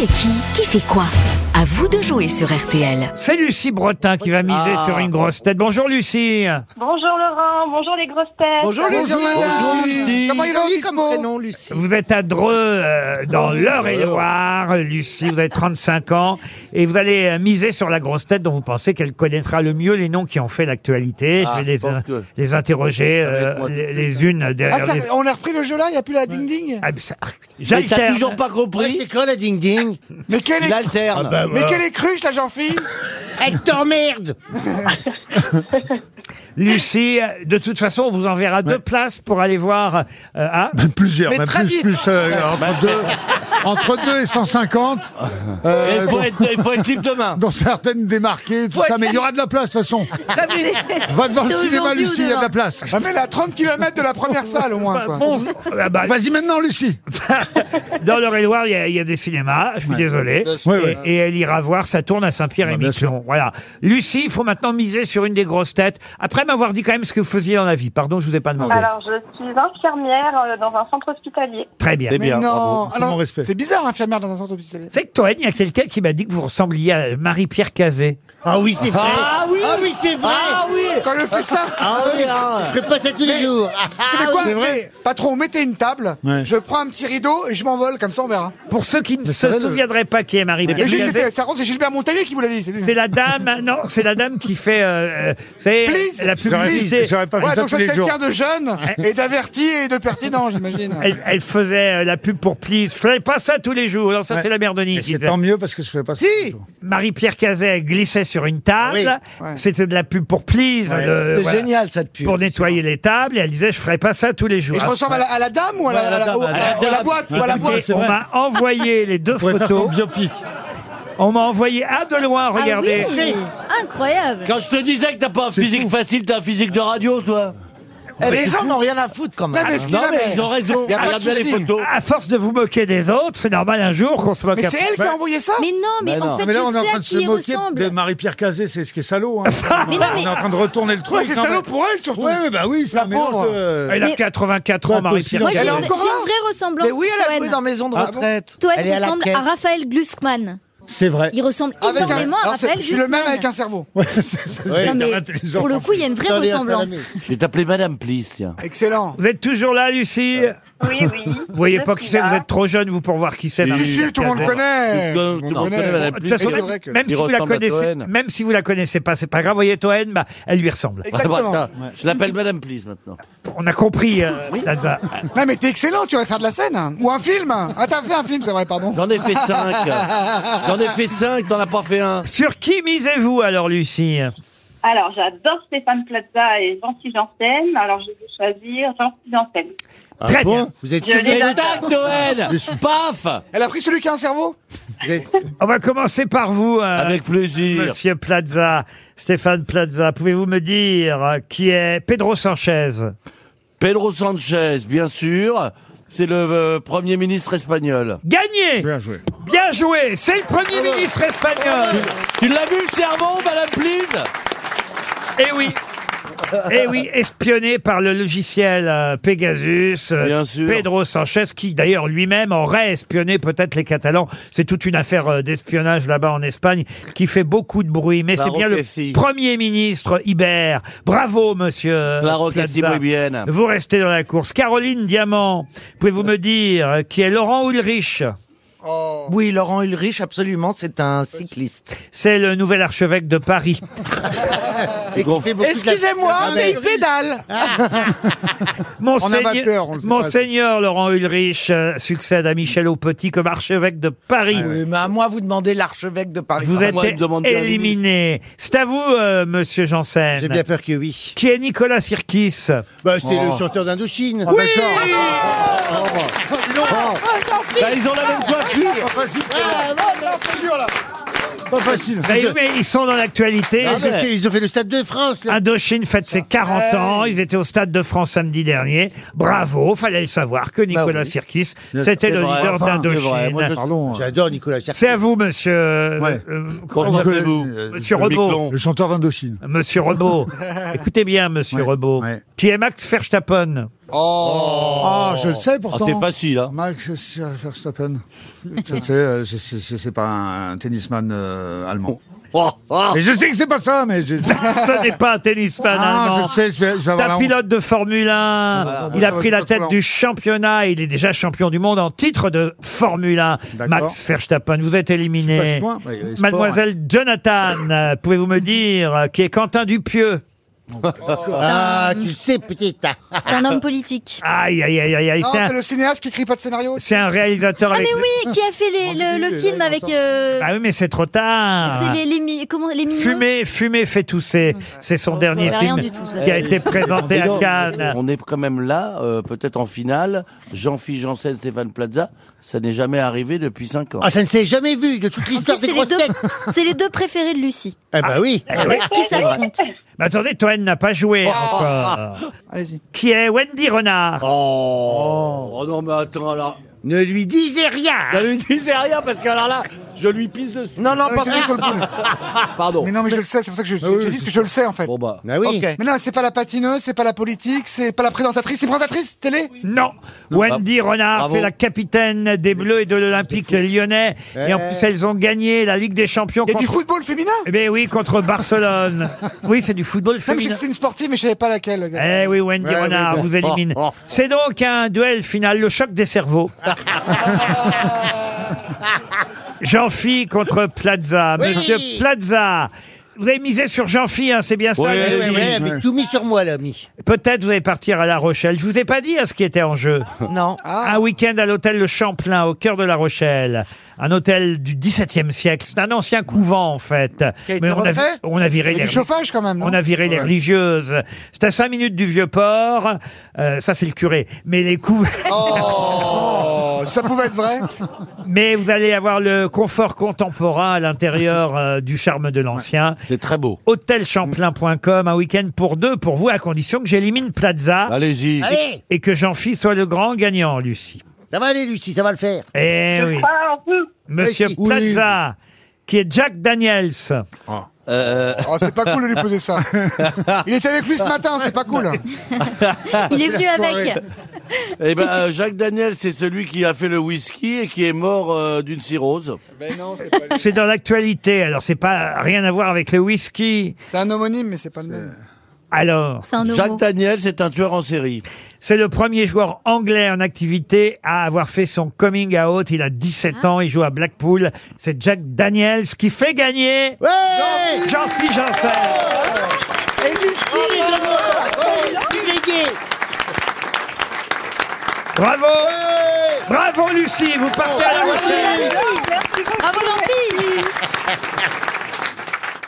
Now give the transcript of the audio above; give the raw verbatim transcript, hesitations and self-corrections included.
est qui? Qui fait quoi? À vous de jouer sur R T L. C'est Lucie Bretin qui va miser Ah. sur une grosse tête. Bonjour Lucie. Bonjour Laurent, bonjour les grosses têtes. Bonjour Lucie. Bonjour, Lucie. Comment il est comme prénom, Lucie? Vous êtes à Dreux, euh, dans l'Eure-et-Loire. Lucie, vous avez trente-cinq ans. Et vous allez euh, miser sur la grosse tête dont vous pensez qu'elle connaîtra le mieux les noms qui ont fait l'actualité. Ah, Je vais les, je pense que- les interroger euh, Avec moi tout de les, suite. les unes derrière Ah, ça, les... on a repris le jeu là, il n'y a plus la ding-ding. Ah, mais ça- Mais J'alterne. t'as toujours pas compris. C'est quoi la ding-ding? Mais quelle Il est, alterne. mais quelle est cruche la Jean-Fille? Elle t'emmerde! Lucie, euh, de toute façon, on vous enverra deux places pour aller voir... euh, ah, Plusieurs, Mais même très plus, vite. plus euh, entre, deux, entre deux et cent cinquante. Euh, Il faut dans, être, il faut être libre demain. dans certaines démarquées, tout ça, mais il y aura de la place de toute façon. Va devant le C'est cinéma, aujourd'hui ou Lucie, il y a de demain la place. Ah, mais elle est à trente kilomètres de la première salle au moins. Quoi. Bon, ah bah, vas-y maintenant, Lucie. dans l'Eure-et-Loire, il y, a- il y a des cinémas, je suis désolé. Ouais, et, ouais. et elle ira voir, ça tourne à Bah, Saint-Pierre-et-Miquelon. Voilà. Lucie, il faut maintenant miser sur une des grosses têtes. Après m'avoir dit quand même ce que vous faisiez dans la vie. Pardon, je vous ai pas demandé. Alors, je suis infirmière euh, dans un centre hospitalier. Très bien. C'est Mais bien. non, bravo. Tout mon alors respect. c'est bizarre, infirmière dans un centre hospitalier. C'est que Toen, il y a quelqu'un qui m'a dit que vous ressembliez à Marie-Pierre Cazet. Ah oui, c'est vrai! Ah oui. Ah oui, c'est vrai! Ah oui. Quand elle fait ça, Ah oui, je ferai pas ça tous les jours! c'est quoi? c'est vrai. Mais, patron, mettez une table, Ouais. je prends un petit rideau et je m'envole, comme ça on verra. Pour ceux qui ne ça se va, le- souviendraient pas qui est Marie-Pierre Mais Gilles, Cazet, c'est- ça, c'est Gilbert Montagnier qui vous l'a dit. C'est lui. c'est la dame, non, c'est la dame qui fait, euh, euh, vous savez, Please. la publicité. J'aurais pas vu Ouais, ça donc tous c'est les jours. quelqu'un de jeune et d'averti et de pertinent, j'imagine. Elle, elle faisait euh, la pub pour Please. Je ferais pas ça tous les jours. Non, ça, Ouais. c'est la merdonnie. Et qui c'est fait. tant mieux parce que je fais pas ça. tous les jours. Marie-Pierre Cazet elle glissait sur une table. Oui. Ouais. C'était de la pub pour Please. Ouais. le- C'est voilà, génial cette pub. pour nettoyer les tables. Et elle disait, je ferais pas ça tous les jours. Et je ressemble à la, à la dame ou à la, Ouais, à la à la- dame, au- à la à la- à la dame. boîte ou à la Et boîte? c'est on vrai. m'a envoyé les deux On pourrait faire son photos. biopic. On m'a envoyé à de loin, regardez. Incroyable. Quand je te disais que t'as pas un physique facile, t'as un physique de radio, toi. Et les gens n'ont rien à foutre quand Non, même. mais ce qui Non, va, mais mais- ils ont raison. Y a pas de Regarde bien les souci. photos. À force de vous moquer des autres, c'est normal un jour qu'on se moque Mais un c'est peu. elle qui a envoyé ça? Mais non, mais, Mais non. en fait, Mais là, on est en je sais train à de qui se il moquer ressemble. de Marie-Pierre Cazet, c'est ce qui est salaud. Hein. Mais non, On est en train de retourner le truc. Ouais, c'est non, salaud mais- pour elle surtout. Ouais, ouais, bah oui, c'est La un mélange pauvre. de... Elle a Mais- quatre-vingt-quatre Toi, ans, toi aussi, Marie-Pierre moi j'ai Elle une, est Cazet. encore j'ai là une vraie ressemblance. Mais oui, elle a joué Toen. dans Maison de Ah bon retraite. Toen Elle est à la ressemble caisse. à Raphaël Gluskmann. C'est vrai. Il ressemble Avec un- énormément à alors, c'est- Raphaël je suis le même Gluskmann. avec un cerveau. Ouais, c'est- c'est- Ouais. Non, mais intelligent. pour le coup, il y a une vraie Attendez, ressemblance. attendez. Je vais t'appeler Madame Please, tiens. Excellent. Vous êtes toujours là, Lucie? Oui, oui. Vous voyez Je pas qui suis c'est, là. vous êtes trop jeune, vous, pour voir qui c'est, Si, Si, Marie-Pierre si, tout le monde Cazet. connaît. Tout le Tout monde le monde connaît connaît. Madame De toute Please. façon, Mais c'est vrai que- même, Il si vous la ressemble à connaissez, Toen. même si vous la connaissez pas, c'est pas grave. Vous voyez Toen, bah, elle lui ressemble. Exactement. Ça, Je l'appelle Madame Please maintenant. On a compris, euh, Plaza. Non, mais t'es excellent, tu vas faire de la scène. hein. Ou un film. Ah, t'as fait un film, c'est vrai, pardon. J'en ai fait cinq. J'en ai fait cinq, t'en as pas fait un. Sur qui misez-vous alors, Lucie? Alors, j'adore Stéphane Plaza et Jean-Philippe Janssen. Alors, je vais choisir Jean-Philippe Janssen. Ah Très bon? bien. Vous êtes Je sûr l'ai Et là. tac, Toen. Paf. Elle a pris celui qui a un cerveau? vous êtes- On va commencer par vous, euh, Avec plaisir. Monsieur Plaza, Stéphane Plaza. Pouvez-vous me dire euh, qui est Pedro Sanchez? Pedro Sanchez, bien sûr. C'est le euh, Premier ministre espagnol. Gagné! Bien joué. Bien joué! C'est le Premier ministre espagnol! Tu l'as vu le cerveau, Madame Please? Eh oui! Eh oui, espionné par le logiciel euh, Pegasus, euh, Bien sûr. Pedro Sanchez, qui d'ailleurs lui-même aurait espionné peut-être les Catalans. C'est toute une affaire euh, d'espionnage là-bas en Espagne qui fait beaucoup de bruit. Mais La c'est bien le Roquette. Premier ministre Ibert. Bravo, monsieur. La Roquette Plaza. muy bien. Vous restez dans la course. Caroline Diamant, pouvez-vous me dire euh, qui est Laurent Ulrich? Oui, Laurent Ulrich, absolument, c'est un cycliste. C'est le nouvel archevêque de Paris. Et qui fait beaucoup de la- Excusez-moi, Ah, mais mais- il pédale. Monseigneur, amateur, on le sait Monseigneur Laurent Ulrich euh, succède à Michel Aupetit comme archevêque de Paris. Oui, mais à moi, vous demandez l'archevêque de Paris. Vous Ah, êtes moi, il me demande bien éliminé. C'est à vous, euh, monsieur Janssen. J'ai bien peur que oui. Qui est Nicolas Sirkis? Bah, c'est le chanteur d'Indochine. Oui. Bah, ils ont la même coiffure. Pas facile. Pas facile. Bah, oui, mais ils sont dans l'actualité. Ah, ils, ont fait, ils ont fait le Stade de France. Là. Indochine fête ses quarante ans. Ils étaient au Stade de France samedi dernier. Bravo, fallait le savoir que Nicolas oui. Sirkis, c'était le vrai, leader enfin, c'est vrai. Moi, d'Indochine. je- Pardon. J'adore Nicolas Sarkozy. C'est à vous, monsieur. Ouais. euh, Comment comment- s'appelez-vous Euh, Monsieur Le Rebaud. Miquelon. Le chanteur d'Indochine. Monsieur Rebaud. Écoutez bien, monsieur Ouais, Rebaud. ouais. Qui est Max Verstappen? Oh, Ah, je le sais Ah, pourtant. c'est facile, hein. Max Verstappen. Je le sais, euh, je sais- je sais pas un tennisman euh, allemand. Oh, oh. Et je sais que c'est pas ça, mais je... Ce n'est pas un tennisman Ah, allemand. je le sais, je vais, je vais C'est avoir un la honte. pilote de Formule un. Voilà. Il a Ça va, pris c'est la pas tête trop du championnat. Il est déjà champion du monde en titre de Formule un. D'accord. Max Verstappen, vous êtes Je suis éliminé. pas si loin, mais, euh, sport, Mademoiselle Jonathan, euh, pouvez-vous me dire euh, qui est Quentin Dupieux? Ah, tu le sais, petite. C'est un homme politique. Aïe, aïe, aïe, aïe, aïe. Non, C'est c'est un, le cinéaste qui écrit pas de scénario. c'est un réalisateur Ah avec... mais oui, qui a fait les- le, le film avec euh, Ah oui, mais c'est trop tard. c'est les, les mi- comment les mignons. Fumer, fumer fait tousser. C'est son dernier savait rien film du tout, ça. qui a été présenté Mais à non, Cannes. On est quand même là, euh, peut-être en finale. Jean-Philippe Janssen, Stéphane Plaza, ça n'est jamais arrivé depuis cinq ans. Ah, ça ne s'est jamais vu de toute En l'histoire plus, des c'est les grosses deux, têtes. c'est les deux préférés de Lucie, Eh ben oui. Eh oui. qui s'affrontent. Mais attendez, Toen n'a pas joué encore. Allez-y. Qui est Wendy Renard? Oh, oh non, mais attends, alors. Ne lui disez rien. Ne lui disais rien parce que alors là, je lui pisse dessus. Non, non, Ah, parce mais je que... l'ai sur le coup. Pardon. Mais non, mais je le sais, c'est pour ça que je, je dis que je le sais en fait. Bon bah. Ah oui. Ok. Mais non, c'est pas la patineuse, c'est pas la politique, c'est pas la présentatrice, c'est présentatrice télé. Non. Wendy Renard, Bravo. c'est la capitaine des Bleus et de l'Olympique lyonnais. Et en plus, elles ont gagné la Ligue des Champions Il y a du contre... football féminin. Eh bien oui, contre Barcelone. Oui, c'est du football Non, mais je sais féminin. que c'était une sportive, mais je savais pas laquelle. Eh oui, Wendy Ouais, Renard oui, vous élimine. Oh, oh. C'est donc un duel final, le choc des cerveaux. Jean-Phi contre Plaza. Oui. Monsieur Plaza, vous avez misé sur Jean-Phi, hein, c'est bien ça? Oui, Ouais, le- ouais, ouais, mais tout mis sur moi, l'ami. Peut-être vous allez partir à La Rochelle. Je vous ai pas dit à ce qui était en jeu. Non. Un week-end à l'hôtel Le Champlain, au cœur de La Rochelle. Un hôtel du dixeptième siècle. C'est un ancien couvent, en fait. Qui a été Mais on a, refait on a viré Il y a les... du chauffage quand même. non On a viré les religieuses. C'est à cinq minutes du Vieux-Port. Euh, ça, c'est le curé. Mais les couv... Oh, ça pouvait être vrai. Mais vous allez avoir le confort contemporain à l'intérieur euh, du charme de l'ancien. C'est très beau. hôtel champlain point com, un week-end pour deux pour vous, à condition que j'élimine Plaza Allez-y. Allez, et que Jean-Philippe soit le grand gagnant, Lucie. ça va aller, Lucie, ça va le faire. Eh oui. Ah, on peut. Monsieur Oui. Plaza, qui est Jack Daniels. Euh, Oh, c'est pas cool de lui poser ça. Il était avec lui ce matin, c'est pas cool. Il est venu avec. eh ben, euh, Jacques Daniel, c'est celui qui a fait le whisky et qui est mort euh, d'une cirrhose. Ben non, c'est pas lui. C'est dans l'actualité, alors c'est pas rien à voir avec le whisky. C'est un homonyme, mais c'est pas le même. Alors, C'est un Jacques homo. Daniel, c'est un tueur en série. c'est le premier joueur anglais en activité à avoir fait son coming out. Il a dix-sept ans, il joue à Blackpool. C'est Jack Daniels qui fait gagner Ouais. Jean-Philippe Janssen. Et Lucie, il est gay. Bravo Bravo Lucie, vous partez à La Rochelle.